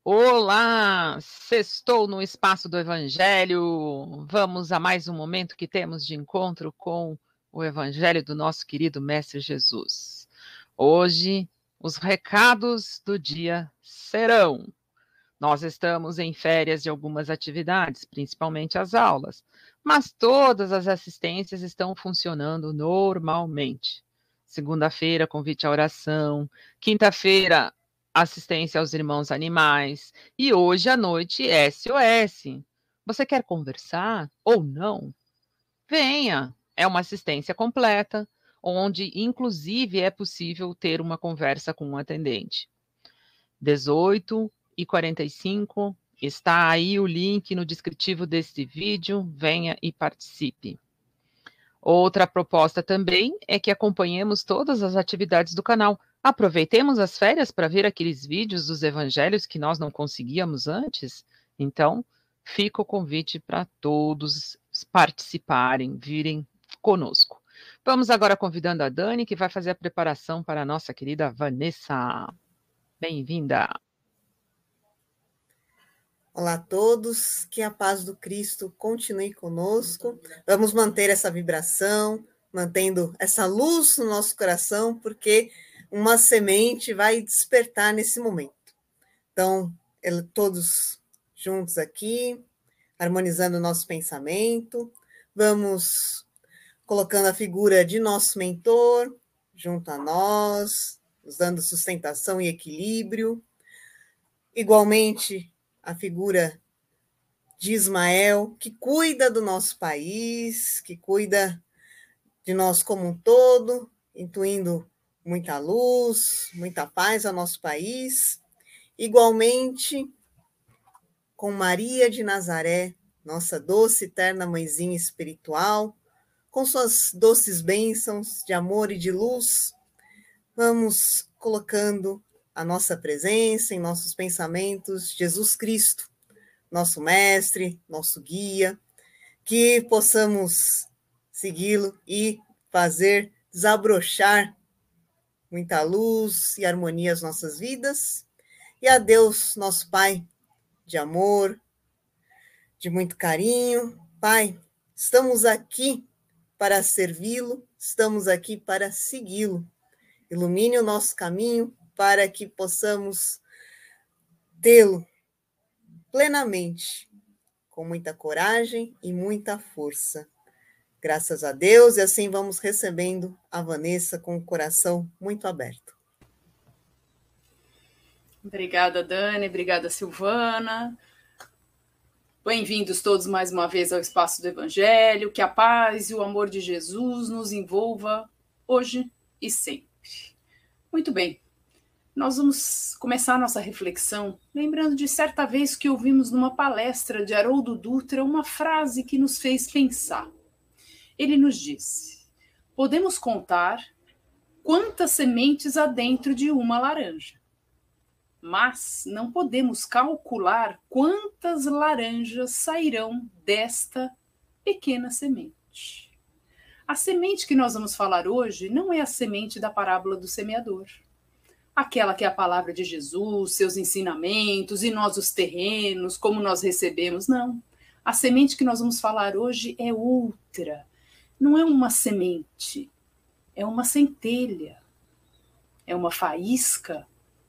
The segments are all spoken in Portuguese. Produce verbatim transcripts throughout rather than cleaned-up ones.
Olá, sextou no espaço do Evangelho. Vamos a mais um momento que temos de encontro com o Evangelho do nosso querido Mestre Jesus. Hoje, os recados do dia serão: nós estamos em férias de algumas atividades, principalmente as aulas, mas todas as assistências estão funcionando normalmente. Segunda-feira, convite à oração. Quinta-feira, assistência aos irmãos animais. E hoje à noite, S O S. Você quer conversar ou não? Venha! É uma assistência completa, onde inclusive é possível ter uma conversa com um atendente. dezoito e quarenta e cinco, está aí o link no descritivo deste vídeo, venha e participe. Outra proposta também é que acompanhemos todas as atividades do canal. Aproveitemos as férias para ver aqueles vídeos dos evangelhos que nós não conseguíamos antes. Então, fica o convite para todos participarem, virem conosco. Vamos agora convidando a Dani, que vai fazer a preparação para a nossa querida Vanessa. Bem-vinda! Olá a todos, que a paz do Cristo continue conosco. Vamos manter essa vibração, mantendo essa luz no nosso coração, porque uma semente vai despertar nesse momento. Então, todos juntos aqui, harmonizando o nosso pensamento, vamos colocando a figura de nosso mentor junto a nós, nos dando sustentação e equilíbrio. Igualmente, a figura de Ismael, que cuida do nosso país, que cuida de nós como um todo, intuindo muita luz, muita paz ao nosso país. Igualmente, com Maria de Nazaré, nossa doce e terna mãezinha espiritual, com suas doces bênçãos de amor e de luz, vamos colocando a nossa presença em nossos pensamentos, Jesus Cristo, nosso mestre, nosso guia, que possamos segui-lo e fazer desabrochar muita luz e harmonia às nossas vidas. E a Deus, nosso Pai, de amor, de muito carinho. Pai, estamos aqui para servi-lo, estamos aqui para segui-lo. Ilumine o nosso caminho para que possamos tê-lo plenamente, com muita coragem e muita força. Graças a Deus, e assim vamos recebendo a Vanessa com o coração muito aberto. Obrigada, Dani, obrigada, Silvana. Bem-vindos todos mais uma vez ao Espaço do Evangelho, que a paz e o amor de Jesus nos envolva hoje e sempre. Muito bem, nós vamos começar a nossa reflexão lembrando de certa vez que ouvimos numa palestra de Haroldo Dutra uma frase que nos fez pensar. Ele nos disse: podemos contar quantas sementes há dentro de uma laranja, mas não podemos calcular quantas laranjas sairão desta pequena semente. A semente que nós vamos falar hoje não é a semente da parábola do semeador, aquela que é a palavra de Jesus, seus ensinamentos e nós os terrenos, como nós recebemos, não. A semente que nós vamos falar hoje é outra. Não é uma semente, é uma centelha, é uma faísca,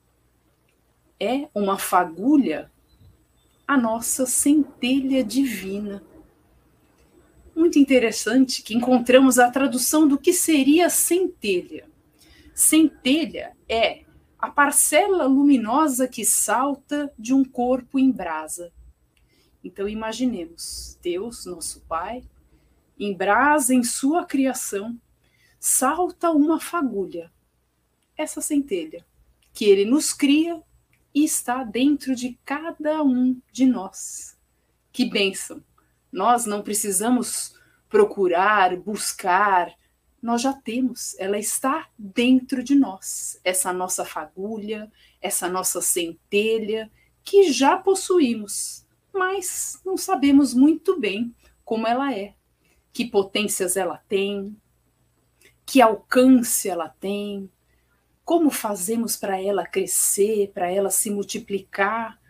é uma fagulha, a nossa centelha divina. Muito interessante que encontramos a tradução do que seria centelha. Centelha é a parcela luminosa que salta de um corpo em brasa. Então imaginemos, Deus, nosso Pai, em brasa em sua criação, salta uma fagulha, essa centelha, que ele nos cria e está dentro de cada um de nós. Que bênção! Nós não precisamos procurar, buscar, nós já temos, ela está dentro de nós, essa nossa fagulha, essa nossa centelha, que já possuímos, mas não sabemos muito bem como ela é, que potências ela tem, que alcance ela tem, como fazemos para ela crescer, para ela se multiplicar,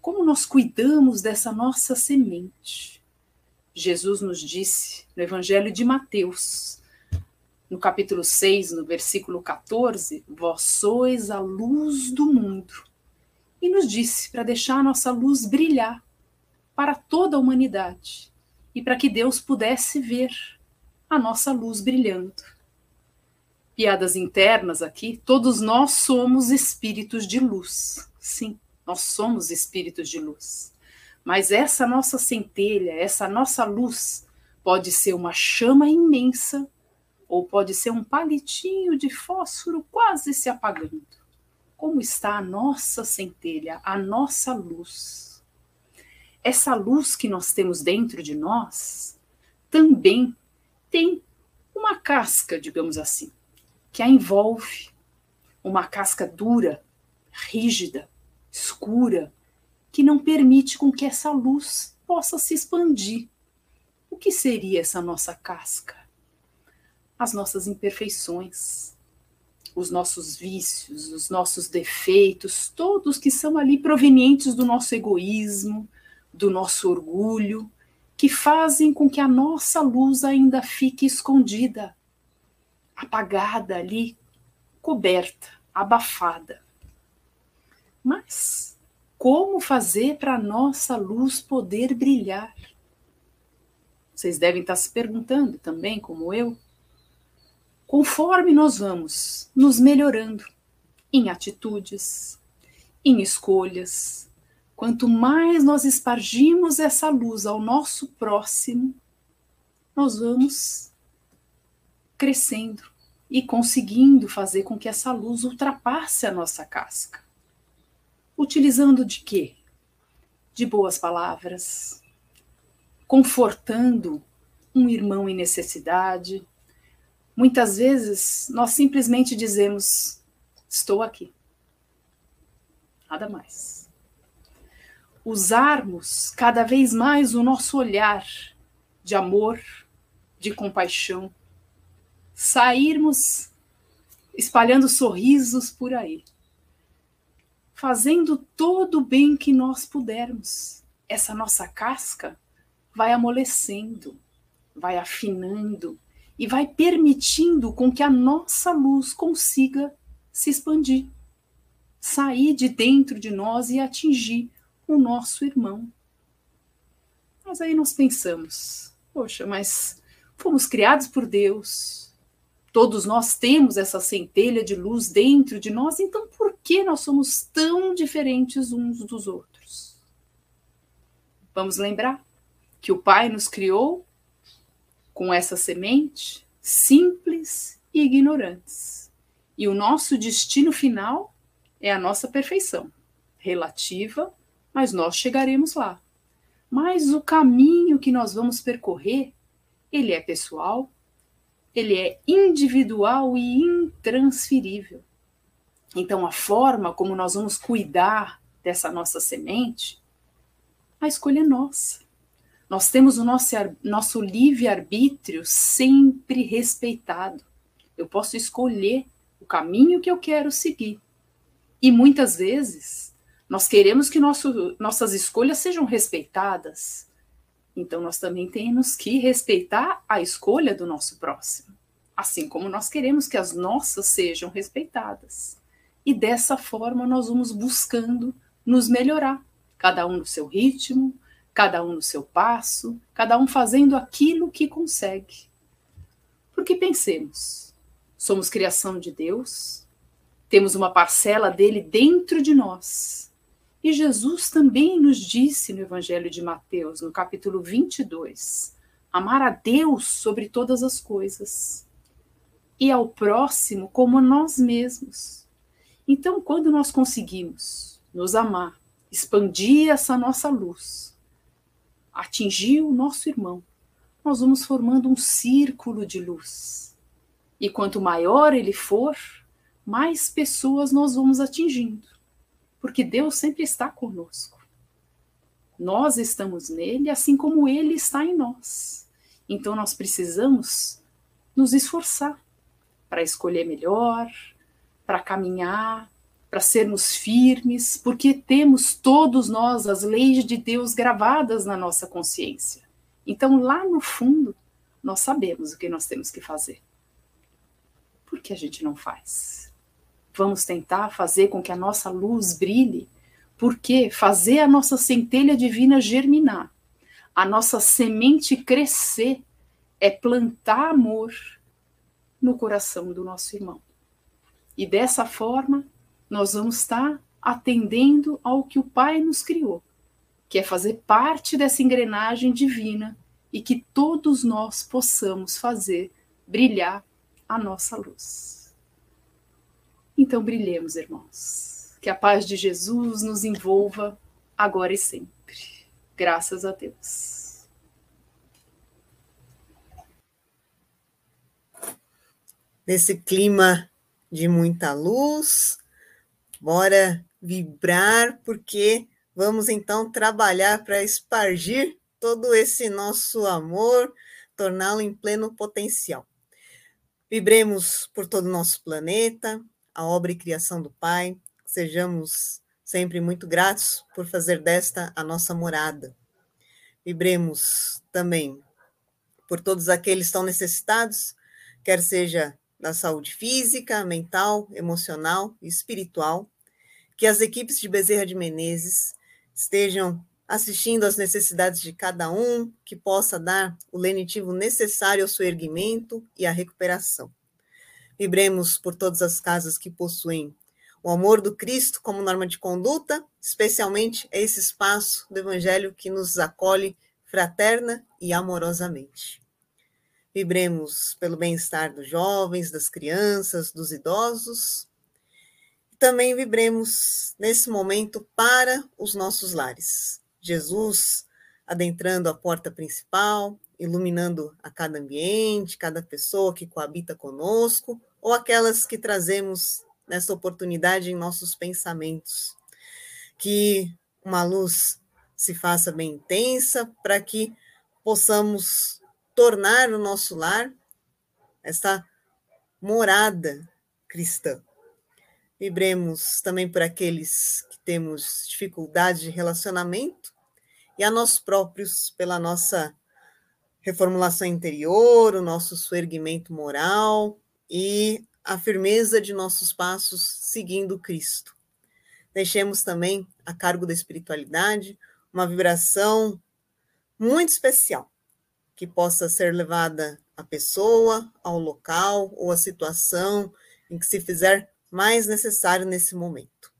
como nós cuidamos dessa nossa semente. Jesus nos disse no Evangelho de Mateus, no capítulo seis, no versículo quatorze, vós sois a luz do mundo. E nos disse para deixar a nossa luz brilhar para toda a humanidade e para que Deus pudesse ver a nossa luz brilhando. Piadas internas aqui, todos nós somos espíritos de luz. Sim, nós somos espíritos de luz. Mas essa nossa centelha, essa nossa luz, pode ser uma chama imensa ou pode ser um palitinho de fósforo quase se apagando. Como está a nossa centelha, a nossa luz? Essa luz que nós temos dentro de nós também tem uma casca, digamos assim, que a envolve, uma casca dura, rígida, escura, que não permite com que essa luz possa se expandir. O que seria essa nossa casca? As nossas imperfeições, os nossos vícios, os nossos defeitos, todos que são ali provenientes do nosso egoísmo, do nosso orgulho, que fazem com que a nossa luz ainda fique escondida, apagada ali, coberta, abafada. Mas como fazer para a nossa luz poder brilhar? Vocês devem estar se perguntando também, como eu. Conforme nós vamos nos melhorando em atitudes, em escolhas, quanto mais nós espargimos essa luz ao nosso próximo, nós vamos crescendo e conseguindo fazer com que essa luz ultrapasse a nossa casca. Utilizando de quê? De boas palavras, confortando um irmão em necessidade. Muitas vezes nós simplesmente dizemos, estou aqui. Nada mais. Usarmos cada vez mais o nosso olhar de amor, de compaixão. Sairmos espalhando sorrisos por aí. Fazendo todo o bem que nós pudermos. Essa nossa casca vai amolecendo, vai afinando, e vai permitindo com que a nossa luz consiga se expandir, sair de dentro de nós e atingir o nosso irmão. Mas aí nós pensamos, poxa, mas fomos criados por Deus, todos nós temos essa centelha de luz dentro de nós, então por que nós somos tão diferentes uns dos outros? Vamos lembrar que o Pai nos criou com essa semente, simples e ignorantes. E o nosso destino final é a nossa perfeição, relativa, mas nós chegaremos lá. Mas o caminho que nós vamos percorrer, ele é pessoal, ele é individual e intransferível. Então, a forma como nós vamos cuidar dessa nossa semente, a escolha é nossa. Nós temos o nosso, nosso livre-arbítrio sempre respeitado. Eu posso escolher o caminho que eu quero seguir. E muitas vezes, nós queremos que nosso, nossas escolhas sejam respeitadas. Então, nós também temos que respeitar a escolha do nosso próximo. Assim como nós queremos que as nossas sejam respeitadas. E dessa forma, nós vamos buscando nos melhorar. Cada um no seu ritmo, cada um no seu passo, cada um fazendo aquilo que consegue. Porque pensemos, somos criação de Deus, temos uma parcela dele dentro de nós. E Jesus também nos disse no Evangelho de Mateus, no capítulo vinte e dois, amar a Deus sobre todas as coisas e ao próximo como nós mesmos. Então, quando nós conseguimos nos amar, expandir essa nossa luz, atingir o nosso irmão, nós vamos formando um círculo de luz. E quanto maior ele for, mais pessoas nós vamos atingindo. Porque Deus sempre está conosco. Nós estamos nele, assim como ele está em nós. Então nós precisamos nos esforçar para escolher melhor, para caminhar, para sermos firmes, porque temos todos nós as leis de Deus gravadas na nossa consciência. Então, lá no fundo, nós sabemos o que nós temos que fazer. Por que a gente não faz? Vamos tentar fazer com que a nossa luz brilhe, porque fazer a nossa centelha divina germinar, a nossa semente crescer, é plantar amor no coração do nosso irmão. E dessa forma, nós vamos estar atendendo ao que o Pai nos criou, que é fazer parte dessa engrenagem divina e que todos nós possamos fazer brilhar a nossa luz. Então brilhemos, irmãos. Que a paz de Jesus nos envolva agora e sempre. Graças a Deus. Nesse clima de muita luz, bora vibrar, porque vamos então trabalhar para espargir todo esse nosso amor, torná-lo em pleno potencial. Vibremos por todo o nosso planeta, a obra e criação do Pai, sejamos sempre muito gratos por fazer desta a nossa morada. Vibremos também por todos aqueles que estão necessitados, quer seja da saúde física, mental, emocional e espiritual, que as equipes de Bezerra de Menezes estejam assistindo às necessidades de cada um, que possa dar o lenitivo necessário ao seu erguimento e à recuperação. Vibremos por todas as casas que possuem o amor do Cristo como norma de conduta, especialmente esse espaço do Evangelho que nos acolhe fraterna e amorosamente. Vibremos pelo bem-estar dos jovens, das crianças, dos idosos. Também vibremos nesse momento para os nossos lares. Jesus adentrando a porta principal, iluminando a cada ambiente, cada pessoa que coabita conosco, ou aquelas que trazemos nessa oportunidade em nossos pensamentos. Que uma luz se faça bem intensa para que possamos tornar o nosso lar essa morada cristã. Vibremos também por aqueles que temos dificuldade de relacionamento e a nós próprios pela nossa reformulação interior, o nosso suerguimento moral e a firmeza de nossos passos seguindo Cristo. Deixemos também, a cargo da espiritualidade, uma vibração muito especial, que possa ser levada à pessoa, ao local ou à situação em que se fizer mais necessário nesse momento.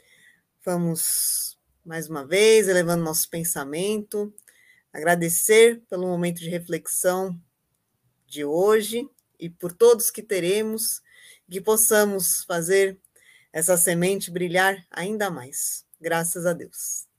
Vamos, mais uma vez, elevando nosso pensamento, agradecer pelo momento de reflexão de hoje e por todos que teremos, que possamos fazer essa semente brilhar ainda mais. Graças a Deus.